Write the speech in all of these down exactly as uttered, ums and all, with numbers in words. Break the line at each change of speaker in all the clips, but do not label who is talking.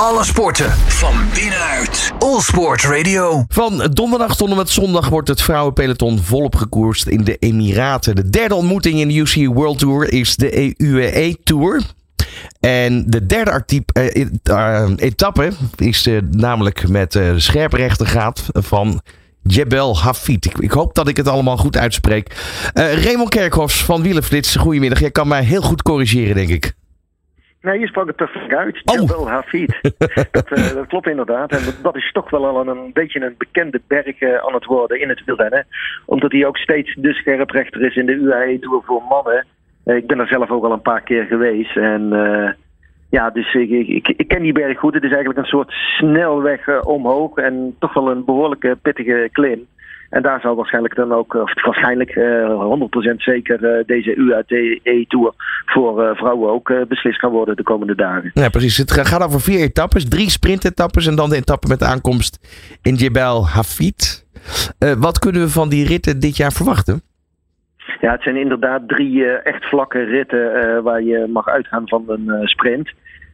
Alle sporten van binnenuit. All Sport Radio.
Van donderdag tot en met zondag wordt het vrouwenpeloton volop gekoerst in de Emiraten. De derde ontmoeting in de U C I World Tour is de U A E Tour. En de derde actiep, uh, uh, etappe is uh, namelijk met uh, scherprechter gaat van Jebel Hafid. Ik, ik hoop dat ik het allemaal goed uitspreek. Uh, Raymond Kerkhoffs van Wielerflits, goedemiddag. Jij kan mij heel goed corrigeren, denk ik.
Nee, je sprak het perfect uit.
Oh.
Jebel Hafid. dat, uh, dat klopt inderdaad. En dat, dat is toch wel al een, een beetje een bekende berg uh, aan het worden in het wielrennen. Omdat hij ook steeds de scherprechter is in de U A E Tour voor mannen. Uh, ik ben er zelf ook al een paar keer geweest. En uh, ja, dus ik, ik, ik ken die berg goed. Het is eigenlijk een soort snelweg uh, omhoog. En toch wel een behoorlijke pittige klim. En daar zal waarschijnlijk dan ook, of waarschijnlijk uh, honderd procent zeker uh, deze U A E Tour voor uh, vrouwen ook uh, beslist gaan worden de komende dagen.
Ja, precies. Het gaat over vier etappes, drie sprintetappes en dan de etappe met de aankomst in Jebel Hafid. Uh, wat kunnen we van die ritten dit jaar verwachten?
Ja, het zijn inderdaad drie uh, echt vlakke ritten uh, waar je mag uitgaan van een uh, sprint.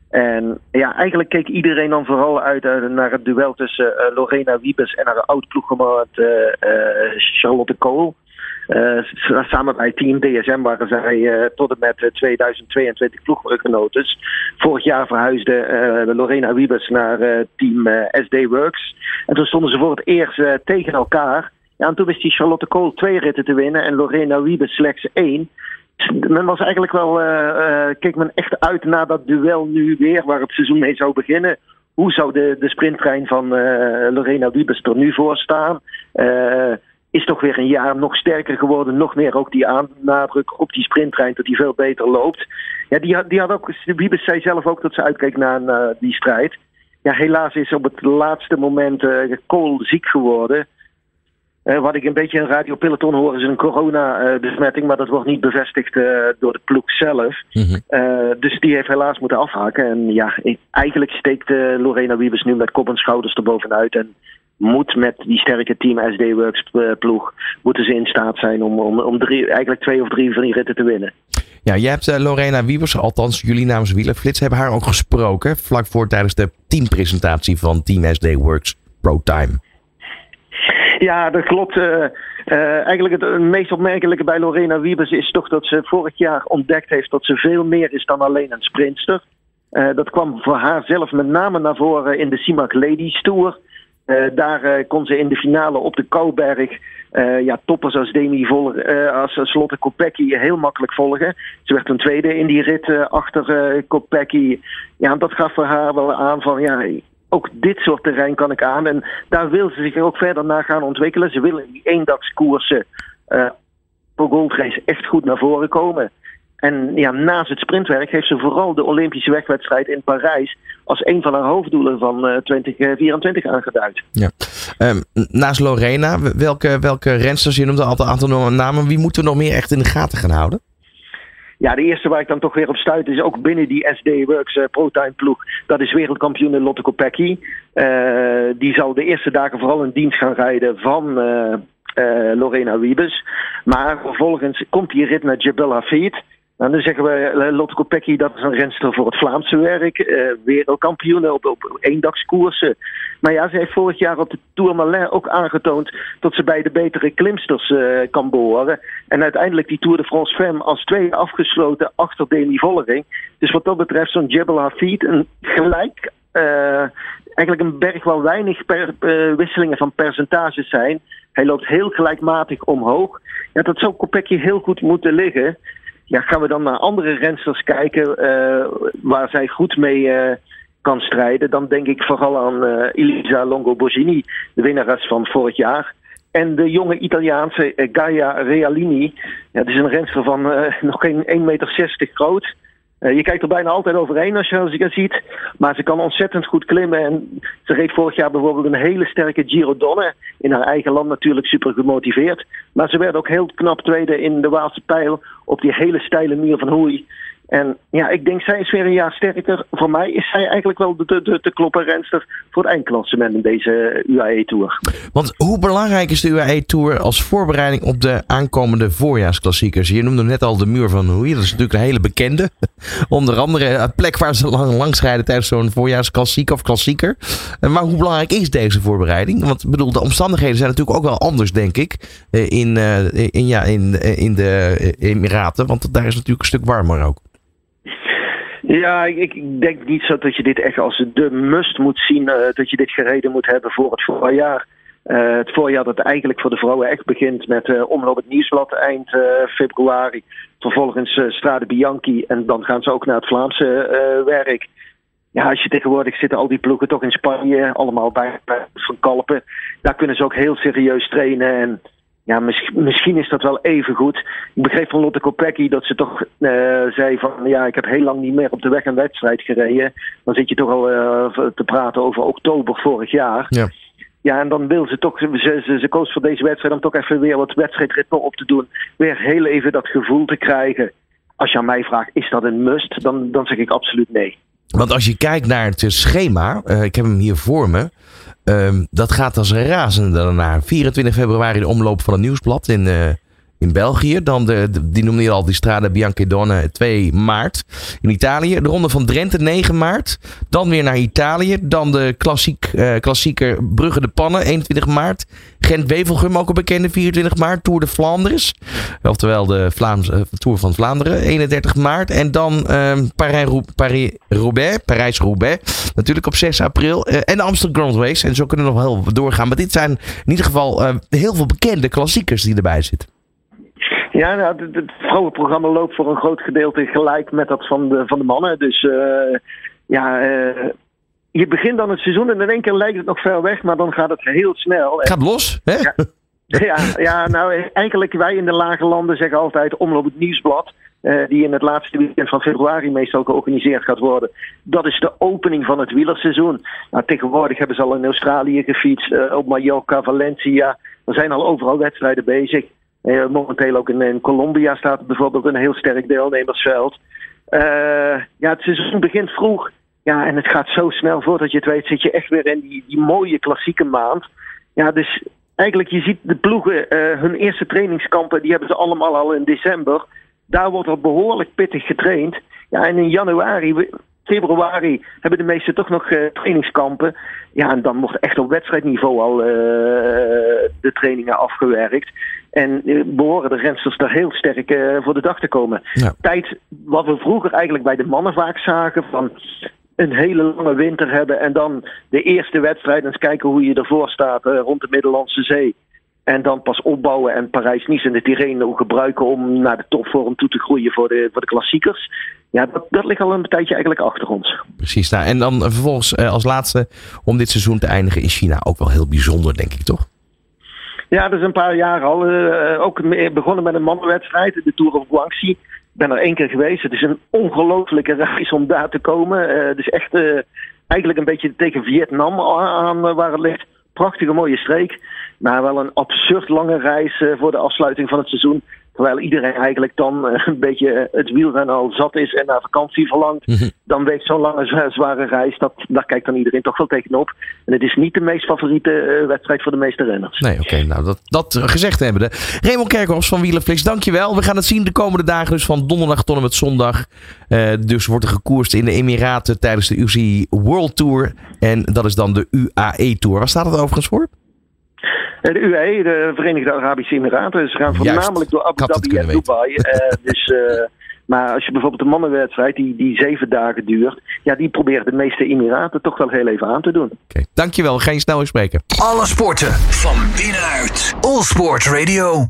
En ja, eigenlijk keek iedereen dan vooral uit uh, naar het duel tussen uh, Lorena Wiebes en haar oud-ploeggenoot uh, uh, Charlotte Kool. Uh, samen bij Team D S M waren zij uh, tot en met uh, tweeduizend tweeëntwintig ploeggenotes. Vorig jaar verhuisde uh, Lorena Wiebes naar uh, Team uh, S D Works. En toen stonden ze voor het eerst uh, tegen elkaar. Ja, en toen wist die Charlotte Kool twee ritten te winnen en Lorena Wiebes slechts één. Men was eigenlijk wel, uh, uh, keek men echt uit naar dat duel nu weer, waar het seizoen mee zou beginnen. Hoe zou de, de sprinttrein van uh, Lorena Wiebes er nu voor staan? Uh, is toch weer een jaar nog sterker geworden, nog meer ook die nadruk op die sprinttrein, dat die veel beter loopt. Ja, die, die had ook, Wiebes zei zelf ook dat ze uitkeek naar uh, die strijd. Ja, helaas is op het laatste moment uh, Kool ziek geworden. Uh, wat ik een beetje in Radio Peloton hoor is een corona-besmetting, maar dat wordt niet bevestigd uh, door de ploeg zelf. Mm-hmm. Uh, dus die heeft helaas moeten afhaken. En ja, ik, eigenlijk steekt uh, Lorena Wiebes nu met kop en schouders erbovenuit. En moet met die sterke Team S D Works uh, ploeg, moeten ze in staat zijn om, om, om drie, eigenlijk twee of drie van die ritten te winnen.
Ja, jij hebt uh, Lorena Wiebes, althans jullie namens Wielerflits, hebben haar ook gesproken, vlak voor tijdens de teampresentatie van Team S D Works Pro Time.
Ja, dat klopt. Uh, uh, eigenlijk het meest opmerkelijke bij Lorena Wiebes is toch dat ze vorig jaar ontdekt heeft dat ze veel meer is dan alleen een sprintster. Uh, dat kwam voor haar zelf met name naar voren in de CIMAC Ladies Tour. Uh, daar uh, kon ze in de finale op de Kouberg uh, ja, toppers als Demi Voller, uh, als Slotte Kopecky heel makkelijk volgen. Ze werd een tweede in die rit uh, achter uh, Kopecky. Ja, en dat gaf voor haar wel aan van ja, ook dit soort terrein kan ik aan. En daar wil ze zich ook verder naar gaan ontwikkelen. Ze willen in die eendagskoersen uh, voor goldrace echt goed naar voren komen. En ja, naast het sprintwerk heeft ze vooral de Olympische wegwedstrijd in Parijs als een van haar hoofddoelen van uh, twintig vierentwintig aangeduid.
Ja. Um, naast Lorena, welke, welke rensters, je noemt een aantal, aantal namen, wie moeten we nog meer echt in de gaten gaan houden?
Ja, de eerste waar ik dan toch weer op stuit is ook binnen die S D Works uh, Pro-Time ploeg. Dat is wereldkampioen Lotte Kopecky. Uh, die zal de eerste dagen vooral in dienst gaan rijden van uh, uh, Lorena Wiebes. Maar vervolgens komt die rit naar Jebel Hafid. En dan zeggen we, uh, Lotte Kopecky, dat is een renster voor het Vlaamse werk. Uh, wereldkampioen op, op eendagskoersen. Maar ja, ze heeft vorig jaar op de Tourmalet ook aangetoond dat ze bij de betere klimsters uh, kan behoren. En uiteindelijk die Tour de France Femme als tweede afgesloten achter Demi Vollering. Dus wat dat betreft zo'n Jebel Hafid, een gelijk, uh, eigenlijk een berg waar weinig per, uh, wisselingen van percentages zijn. Hij loopt heel gelijkmatig omhoog. Ja, dat zou Kopecky heel goed moeten liggen. Ja, gaan we dan naar andere rensters kijken uh, waar zij goed mee uh, kan strijden. Dan denk ik vooral aan uh, Elisa Longo-Borghini, de winnares van vorig jaar. En de jonge Italiaanse uh, Gaia Realini. Ja, dat is een renster van uh, nog geen één meter zestig groot. Uh, je kijkt er bijna altijd overheen als je ze ziet. Maar ze kan ontzettend goed klimmen. En ze reed vorig jaar bijvoorbeeld een hele sterke Giro Donne. In haar eigen land natuurlijk super gemotiveerd. Maar ze werd ook heel knap tweede in de Waalse Pijl. Op die hele steile muur van Hoei. En ja, ik denk, zij is weer een jaar sterker. Voor mij is zij eigenlijk wel de, de, de kloppenrenster voor het eindklassement in deze U A E-tour.
Want hoe belangrijk is de U A E-tour als voorbereiding op de aankomende voorjaarsklassiekers? Je noemde net al de Muur van Hoei. Dat is natuurlijk een hele bekende. Onder andere een plek waar ze lang langs rijden tijdens zo'n voorjaarsklassieker of klassieker. Maar hoe belangrijk is deze voorbereiding? Want ik bedoel, de omstandigheden zijn natuurlijk ook wel anders, denk ik. In, in, ja, in, in de Emiraten. Want daar is het natuurlijk een stuk warmer ook.
Ja, ik, ik denk niet zo dat je dit echt als de must moet zien. Uh, dat je dit gereden moet hebben voor het voorjaar. Uh, het voorjaar dat eigenlijk voor de vrouwen echt begint met uh, Omloop het Nieuwsblad eind uh, februari. Vervolgens uh, Strade Bianchi en dan gaan ze ook naar het Vlaamse uh, werk. Ja, als je tegenwoordig zitten al die ploegen toch in Spanje, allemaal bij Van Kalpen. Daar kunnen ze ook heel serieus trainen en... Ja, misschien, misschien is dat wel even goed. Ik begreep van Lotte Kopecky dat ze toch uh, zei van... ja, ik heb heel lang niet meer op de weg een wedstrijd gereden. Dan zit je toch al uh, te praten over oktober vorig jaar.
Ja,
ja en dan wil ze toch... Ze, ze, ze koos voor deze wedstrijd om toch even weer wat wedstrijdritme op te doen. Weer heel even dat gevoel te krijgen. Als je aan mij vraagt, is dat een must? Dan, dan zeg ik absoluut nee.
Want als je kijkt naar het schema... Uh, ik heb hem hier voor me... Um, dat gaat als een razende daarna. vierentwintig februari de omloop van het Nieuwsblad in, uh, in België. Dan de, de, die noemde je al, die Strade Bianche Donne twee maart in Italië. De Ronde van Drenthe negen maart. Dan weer naar Italië. Dan de klassiek, uh, klassieker Brugge de Panne eenentwintig maart. Gent-Wevelgem ook een bekende vierentwintig maart. Tour de Flandres. Oftewel de Vlaams, uh, Tour van Vlaanderen eenendertig maart. En dan um, Parijs-Roubaix. Parijs-Roubaix. Natuurlijk op zes april. Uh, en de Amsterdam Grand Race. En zo kunnen we nog heel doorgaan. Maar dit zijn in ieder geval uh, heel veel bekende klassiekers die erbij zitten.
Ja, nou, het, het vrouwenprogramma loopt voor een groot gedeelte gelijk met dat van de, van de mannen. Dus uh, ja, uh, je begint dan het seizoen en in één keer lijkt het nog ver weg, maar dan gaat het heel snel.
Het gaat los, hè?
Ja, ja, ja, nou eigenlijk wij in de lage landen zeggen altijd Omloop het Nieuwsblad. Uh, die in het laatste weekend van februari meestal georganiseerd gaat worden. Dat is de opening van het wielerseizoen. Nou, tegenwoordig hebben ze al in Australië gefietst, uh, op Mallorca, Valencia. Er zijn al overal wedstrijden bezig. Uh, momenteel ook in, in Colombia staat bijvoorbeeld een heel sterk deelnemersveld. Uh, ja, het seizoen begint vroeg. Ja, en het gaat zo snel voordat je het weet, zit je echt weer in die, die mooie klassieke maand. Ja, dus eigenlijk, je ziet de ploegen, uh, hun eerste trainingskampen, die hebben ze allemaal al in december. Daar wordt er behoorlijk pittig getraind. Ja, en in januari, februari hebben de meesten toch nog uh, trainingskampen. Ja, en dan wordt echt op wedstrijdniveau al uh, de trainingen afgewerkt. En uh, behoren de rensters daar heel sterk uh, voor de dag te komen. Ja. Tijd wat we vroeger eigenlijk bij de mannen vaak zagen van een hele lange winter hebben en dan de eerste wedstrijd eens kijken hoe je ervoor staat uh, rond de Middellandse Zee. En dan pas opbouwen en Parijs-Nice en de Tirreno gebruiken om naar de topvorm toe te groeien voor de, voor de klassiekers. Ja, dat, dat ligt al een tijdje eigenlijk achter ons.
Precies. Nou, en dan vervolgens uh, als laatste om dit seizoen te eindigen in China. Ook wel heel bijzonder, denk ik, toch?
Ja, dat is een paar jaar al. Uh, ook begonnen met een mannenwedstrijd, de Tour of Guangxi. Ik ben er één keer geweest. Het is een ongelofelijke reis om daar te komen. Uh, het is echt uh, eigenlijk een beetje tegen Vietnam aan uh, waar het ligt. Prachtige mooie streek. Maar wel een absurd lange reis uh, voor de afsluiting van het seizoen. Terwijl iedereen eigenlijk dan uh, een beetje het wielrennen al zat is en naar vakantie verlangt. Mm-hmm. Dan weet zo'n lange zware reis, dat, daar kijkt dan iedereen toch wel tegenop. En het is niet de meest favoriete uh, wedstrijd voor de meeste renners.
Nee, oké. Okay, nou, dat, dat gezegd hebbende. Raymond Kerkhoffs van Wielerflix, dankjewel. We gaan het zien de komende dagen, dus van donderdag tot en met zondag. Uh, dus wordt er gekoerst in de Emiraten tijdens de U C I World Tour. En dat is dan de U A E Tour. Waar staat het overigens voor?
De U A E, de Verenigde Arabische Emiraten. Ze gaan voornamelijk Juist. door Abu Dhabi en Dubai. uh, dus, uh, maar als je bijvoorbeeld de mannenwedstrijd, die, die zeven dagen duurt, ja, die proberen de meeste Emiraten toch wel heel even aan te doen.
Okay. Dankjewel, we gaan je snel eens spreken.
Alle sporten van binnenuit. All Sport Radio.